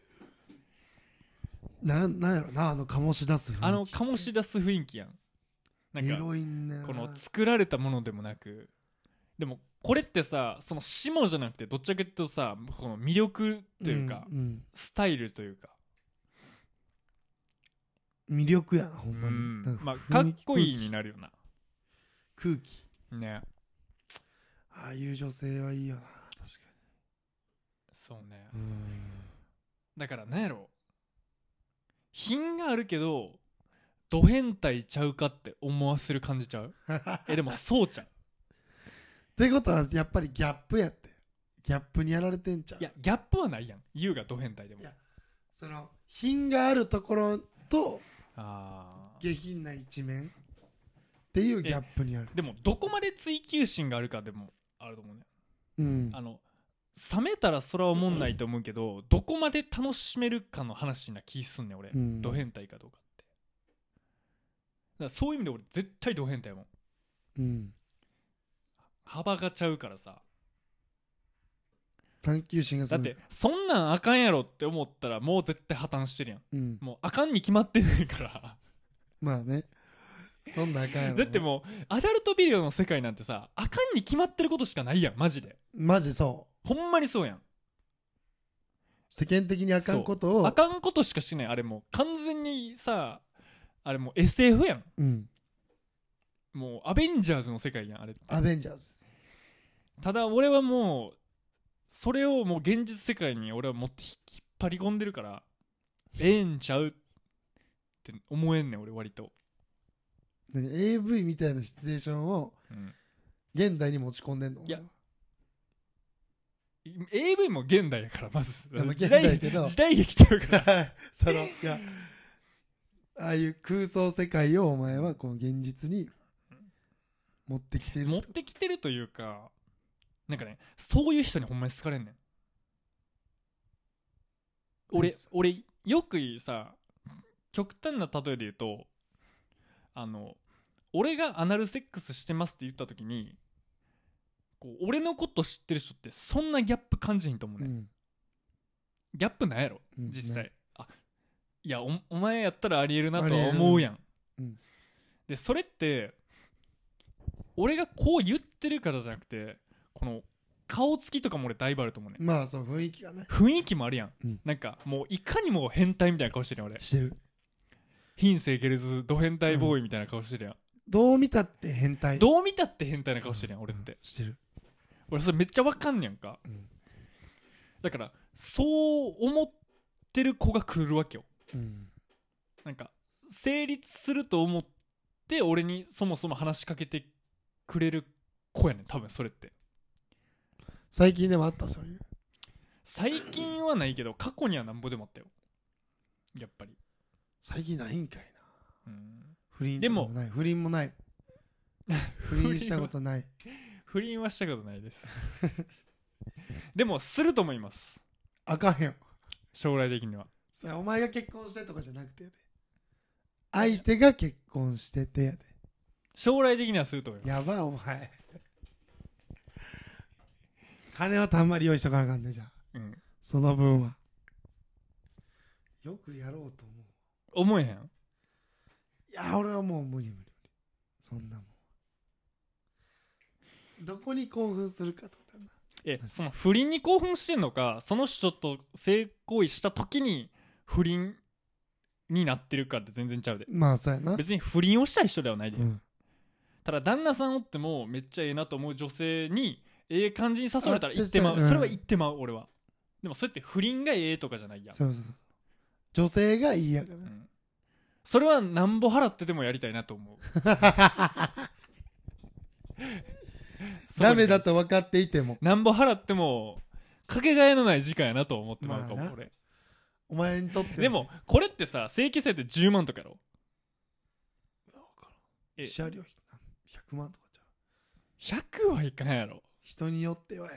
なんやろな、醸し出す雰囲気、 醸し出す雰囲気やん。なんかエロいんだよな。 この作られたものでもなく、でもこれってさ、その下じゃなくてどっちかというとさ、この魅力というか、スタイルというか魅力やなほんまに、 まあかっこいいになるよな、 空気ね。 ああいう女性はいいよな、確かに。 そうね。だからなんやろ、品があるけどド変態ちゃうかって思わせる感じちゃうでもそうちゃうってことはやっぱりギャップやって、ギャップにやられてんちゃう。 いやギャップはないやん、優がド変態でも。いやその品があるところと下品な一面っていうギャップにある。 でもどこまで追求心があるかでもあると思うね。冷めたらそれは思んないと思うけど、どこまで楽しめるかの話な気すんねん俺、ド変態かどうかって。だからそういう意味で俺絶対ド変態やもん、幅がちゃうからさ。 探求心がすだってそんなんあかんやろって思ったらもう絶対破綻してるやん、もうあかんに決まってないからまあね、そんなんあかんやろ、 だってもうアダルトビデオの世界なんてさ、あかんに決まってることしかないやん、マジで。 マジそう、 ほんまにそうやん。 世間的にあかんことを、 あかんことしかしない。あれもう完全にさ、 あれもう SF やん。 うん。 もうアベンジャーズの世界やんあれって。 アベンジャーズ。 ただ俺はもうそれをもう現実世界に俺は持って引っ張り込んでるからええんちゃうって思えんねん俺割と。 AV みたいなシチュエーションを現代に持ち込んでんの？ いや AV も現代やからまず現代やけど時代劇ちゃうからそのいやああいう空想世界をお前はこの現実に持ってきてる。 持ってきてるというかなんかねそういう人にほんまに好かれんねん。俺よくさ極端な例えで言うと俺がアナルセックスしてますって言った時にこう俺のこと知ってる人ってそんなギャップ感じひんと思うね、ギャップなんやろ、実際、いや お前やったらありえるなとは思うやん、でそれって俺がこう言ってるからじゃなくてこの顔つきとかも俺だいぶあると思うね。 まあそう雰囲気がね雰囲気もあるやん、なんかもういかにも変態みたいな顔してるやん俺。 してる。 品性ケルズド変態ボーイみたいな顔してるやん、 どう見たって変態。 どう見たって変態な顔してるやん、俺って、 してる。 俺それめっちゃわかんねやんか、だからそう思ってる子が来るわけよ、なんか成立すると思って俺にそもそも話しかけてくれる子やねん多分それって。 最近でもあった？そういう。 最近はないけど過去にはなんぼでもあったよやっぱり。 最近ないんかいな、不倫でもない。不倫もない不倫したことない。 不倫はしたことないですでもすると思います。 あかんよ将来的には。 それお前が結婚してとかじゃなくてやで、相手が結婚しててやで。 将来的にはすると思います。 やばお前金はたんまり用意しとかなあかんねじゃあ、その分はよくやろうと思えへん。 いや俺はもう無理そんなもん。どこに興奮するかとかな。 その不倫に興奮してんのかその人と性行為した時に不倫になってるかって全然ちゃうで。 まあそうやな。 別に不倫をしたい人ではないで、ただ旦那さんおってもめっちゃええなと思う女性にええ感じに誘われたら行ってまう、それは行ってまう俺は。でもそれって不倫がええとかじゃないやん。 そう女性がいいやから、 それはなんぼ払ってでもやりたいなと思うダメだと分かっていてもなんぼ払ってもかけがえのない時間やなと思ってまうかも、俺。 お前にとってでもこれってさ正規制って10万とかやろ。 慰謝料100万とかじゃ100はいかんやろ。 人によってはやから。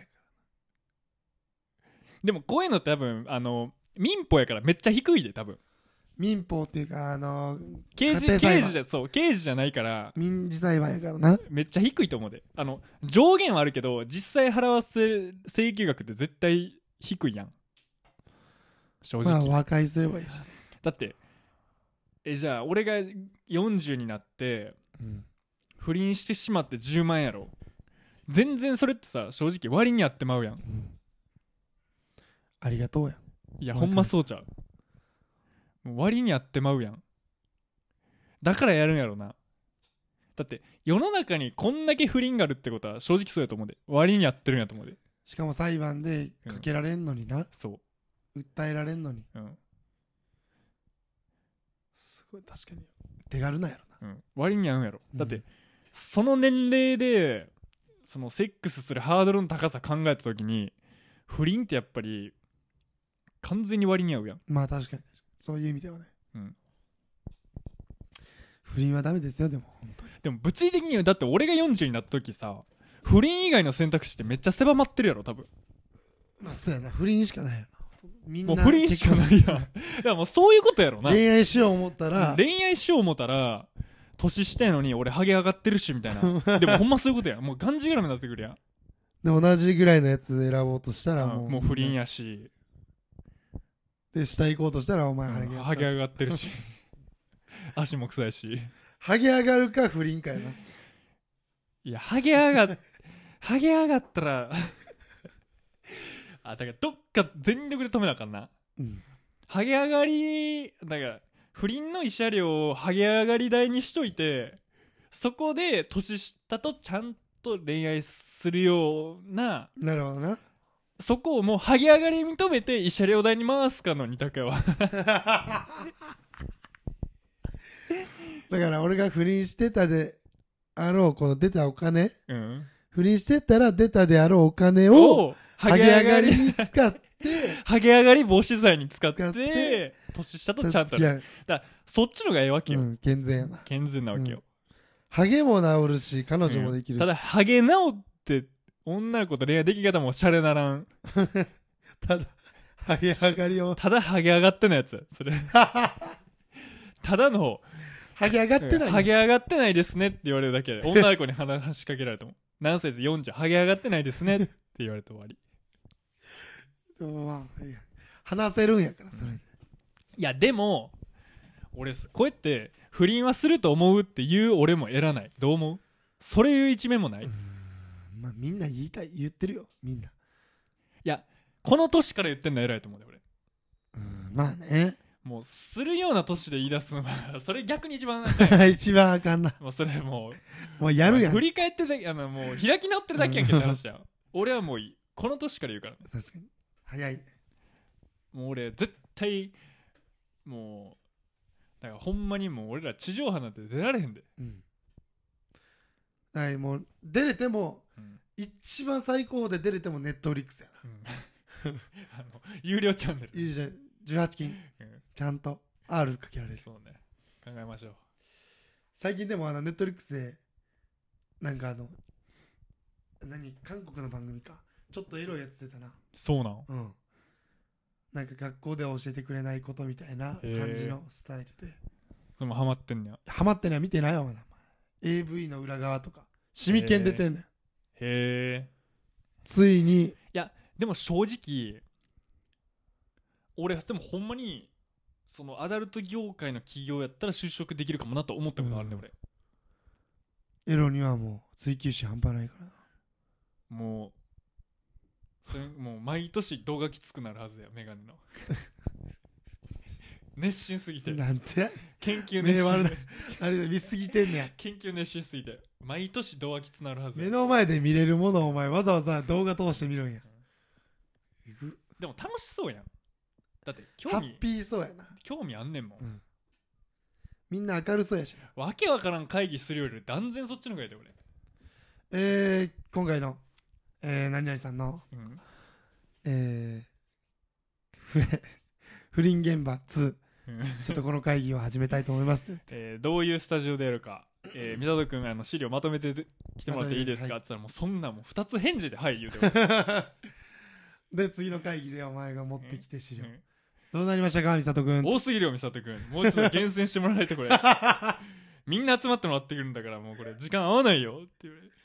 でもこういうのって多分民法やからめっちゃ低いで多分。 民法っていうか刑事じゃないから民事裁判やからな。 めっちゃ低いと思うで。上限はあるけど実際払わせ請求額って絶対低いやん正直。 まあ和解すればいいし。 だってじゃあ俺が40になって、不倫してしまって10万やろ。全然それってさ正直割に合ってまうやん、 ありがとうやん。 いやほんまそうちゃう。もう割に合ってまうやん。だからやるんやろな。だって世の中にこんだけ不倫があるってことは正直そうやと思うで。割に合ってるんやと思うで。 しかも裁判でかけられんのにな、 そう訴えられんのに、すごい確かに手軽なんやろな、 割に合うんやろ。だってその年齢でそのセックスするハードルの高さ考えた時に不倫ってやっぱり完全に割に合うやん。 まあ確かにそういう意味ではね、不倫はダメですよ。でも本当にでも物理的にはだって俺が40になった時さ不倫以外の選択肢ってめっちゃ狭まってるやろ多分。 まあそうやな、不倫しかないやろ。みんなもう不倫しかないやんだからもうそういうことやろな。 恋愛しよう思ったら年下やのに俺ハゲ上がってるしみたいなでもほんまそういうことやん。もうがんじがらめになってくるやん。 で同じぐらいのやつ選ぼうとしたらもう不倫やしで下行こうとしたらお前ハゲ上がってるし足も臭いし。 ハゲ上がるか不倫かやな。 いやハゲ上がったらだからどっか全力で止めなあかんな、ハゲ上がりだから不倫の慰謝料をハゲ上がり代にしといて、そこで年下とちゃんと恋愛するような、 なるほどな。 そこをもうハゲ上がり認めて慰謝料代に回すかの二択やわ。 だから俺が不倫してたであろうこの出たお金、 うん、 不倫してたら出たであろうお金をハゲ上がりに使ってハゲ上がり防止剤に使っ使ってて年下とちゃんと付き合う。 だからそっちのがええわけよ、 健全やな。 健全なわけよ、 ハゲも治るし彼女もできるし、 ただハゲ直って女の子と恋愛でき方もシャレならん。 ただハゲ上がりをただハゲ上がってないやつそれ。ただのハゲ上がってない、 ハゲ上がってないですねって言われるだけで女の子に話しかけられても何歳です40ハゲ上がってないですねって言われて終わり。 でもまあいや話せるんやからそれで、 いやでも俺こうやって不倫はすると思うっていう俺も得らない。どう思う？それいう一面もない？ まあみんな言ってるよみんな。 いやこの年から言ってんの偉いと思うね俺。 まあね。 もうするような年で言い出すのはそれ逆に一番一番あかんな。 もうそれもうやるやん。 振り返ってだけもう開き直ってるだけやんけって話やん。俺はもういいこの年から言うからね。 確かに早い。 もう俺絶対もうだからほんまにもう俺ら地上波なんて出られへんで。 はい、もう出れても、一番最高で出れてもネットフリックスやな、 有料チャンネルいいじゃん18金、ちゃんと R かけられる。 そうね、考えましょう。 最近でもネットフリックスでなんか韓国の番組かちょっとエロいやつ出たな。 そうなんなんか学校では教えてくれないことみたいな感じのスタイルで。 でもハマってんねや。 ハマってね見てないわまだ。AV の裏側とかシミケン出てんねん。 へえ。 ついに。 いやでも正直俺でもほんまにそのアダルト業界の企業やったら就職できるかもなと思ったことあるね、俺。 エロにはもう追求心半端ないからな。 もうそれもう毎年動画きつくなるはずだよメガネの。熱心すぎて。 なんて研究熱心あれで見すぎてんねや。 研究熱心すぎて毎年動画きつなるはず。 目の前で見れるものをお前わざわざ動画通して見るんや、 でも楽しそうやん。だってハッピーそうやな。 興味あんねんもん、 みんな明るそうやしな。 わけわからん会議するより断然そっちの方がいいで俺。今回の、何々さんの、不倫現場2ちょっとこの会議を始めたいと思います。 どういうスタジオでやるか、三里君資料まとめてきてもらっていいですか、 はい、 って言ったらもうそんなもう2つ返事ではい言うてで次の会議でお前が持ってきて資料、どうなりましたか美里君。 多すぎるよ美里君、もうちょっと厳選してもらえてこれみんな集まってもらってくるんだからもうこれ時間合わないよって言われる。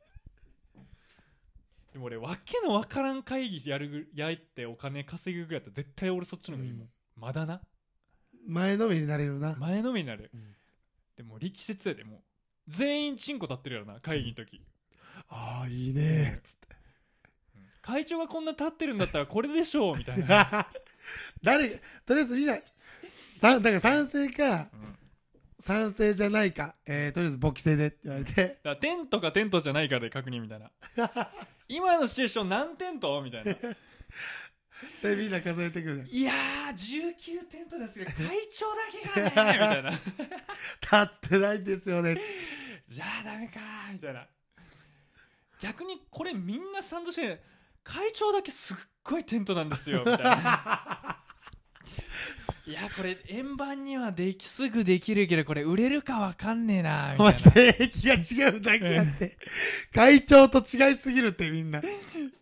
でも俺わけのわからん会議やってお金稼ぐぐらいだったら絶対俺そっちの方がいいもん、まだな前のめりになれるな。 前のめりになる、でも力説やでもう全員チンコ立ってるやろな会議の時。 ああいいねつって、 会長がこんな立ってるんだったらこれでしょうみたいな誰とりあえずみんなだから賛成か、賛成じゃないか、とりあえず簿記制でって言われて、だからテントかテントじゃないかで確認みたいな今のシチュエーション何テントみたいなでみんな数えてくる。 いやー19テントですけど会長だけがねみたいな立ってないんですよねじゃあダメかみたいな。逆にこれみんな賛同して会長だけすっごいテントなんですよみたいないやこれ円盤にはすぐできるけどこれ売れるかわかんねえなみたいな。 性癖が違うだけやって会長と違いすぎるってみんな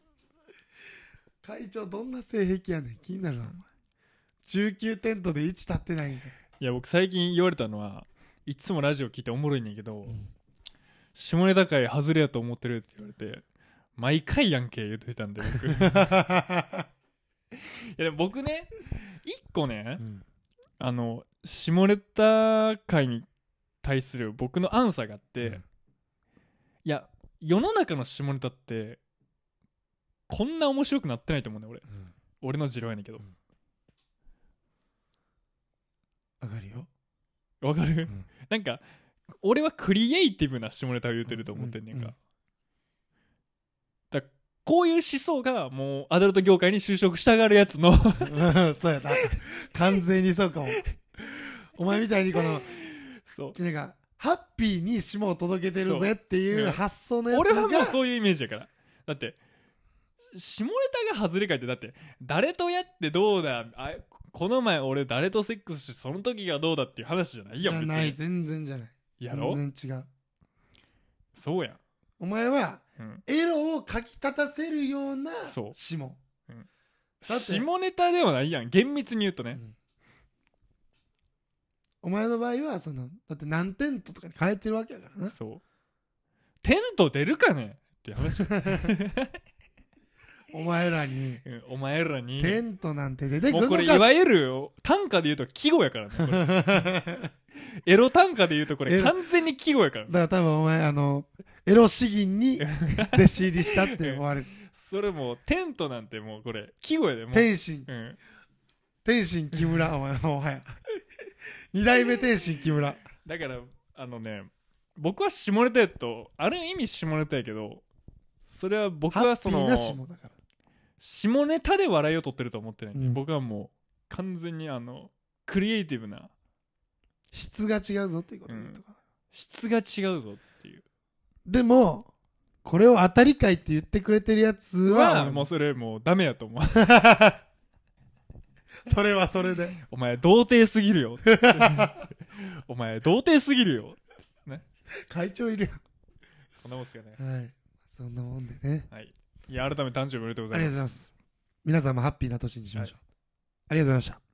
会長どんな性癖やねん気になるなお前。19テントで1立ってないんだ。 いや僕最近言われたのはいつもラジオ聞いておもろいねんけど、下ネタ界外れやと思ってるって言われて毎回やんけ言うといたんで僕いやでも僕ね一個ね、下ネタ界に対する僕のアンサーがあって、いや世の中の下ネタってこんな面白くなってないと思うね俺の持論やねんけど、 わかるよ。 わかる、 うん、 なんか俺はクリエイティブな下ネタを言ってると思ってんねんか、だこういう思想がもうアダルト業界に就職したがるやつのそうやな。完全にそうかも。お前みたいにこのそうなんかハッピーに下を届けてるぜっていう発想のやつが、 俺はもうそういうイメージやから。だって下ネタが外れかいって、だって誰とやってどうだ、この前俺誰とセックスしてその時がどうだっていう話じゃないやん。別にない、全然じゃない。 やろ、 全然違う。 そうやん。 お前は、 うん、 エロをかき立たせるようなそう下、 うん、下ネタではないやん、厳密に言うとね、 お前の場合はだって何テントとかに変えてるわけやからな。 そうテント出るかねって話お前らに、 お前らにテントなんて出てくるのか。 もうこれいわゆる単価で言うと季語やからねエロ単価で言うとこれ完全に季語やから、ね、 だから多分お前エロ詩吟に弟子入りしたって思われるそれもうテントなんてもうこれ季語やでもう天心、天心木村、お前もはや二代目天心木村だから僕は下ネタやとある意味下ネタやけど、それは僕はそのハッピーな下だから下ネタで笑いを取ってると思ってない、 うん、 僕はもう完全にクリエイティブな質が違うぞっていうこととか、 質が違うぞっていう。 でもこれを当たり会って言ってくれてるやつはもうそれもうダメやと思うそれはそれでお前童貞すぎるよお前童貞すぎるよ、ね、 会長いるよ。 そんなもんっすよね。 はい、そんなもんでね。 はい。いや改めて誕生日おめでとうございます。 ありがとうございます。皆さんもハッピーな年にしましょう。はい、ありがとうございました。